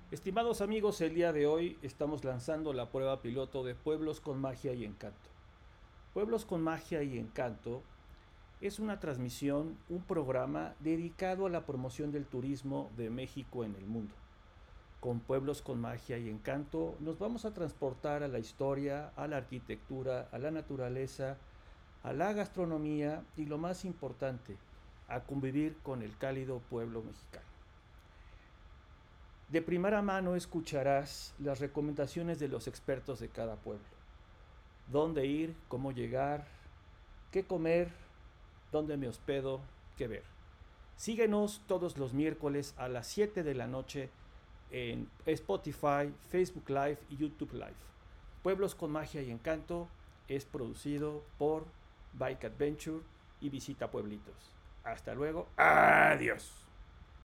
Estimados amigos, el día de hoy estamos lanzando la prueba piloto de Pueblos con Magia y Encanto. Pueblos con Magia y Encanto es una transmisión, un programa dedicado a la promoción del turismo de México en el mundo. Con Pueblos con Magia y Encanto nos vamos a transportar a la historia, a la arquitectura, a la naturaleza, a la gastronomía y lo más importante, a convivir con el cálido pueblo mexicano. De primera mano escucharás las recomendaciones de los expertos de cada pueblo. Dónde ir, cómo llegar, qué comer, dónde me hospedo, qué ver. Síguenos todos los miércoles a las 7 de la noche en Spotify, Facebook Live y YouTube Live. Pueblos con Magia y Encanto es producido por Bike Adventure y Visita Pueblitos. Hasta luego. Adiós.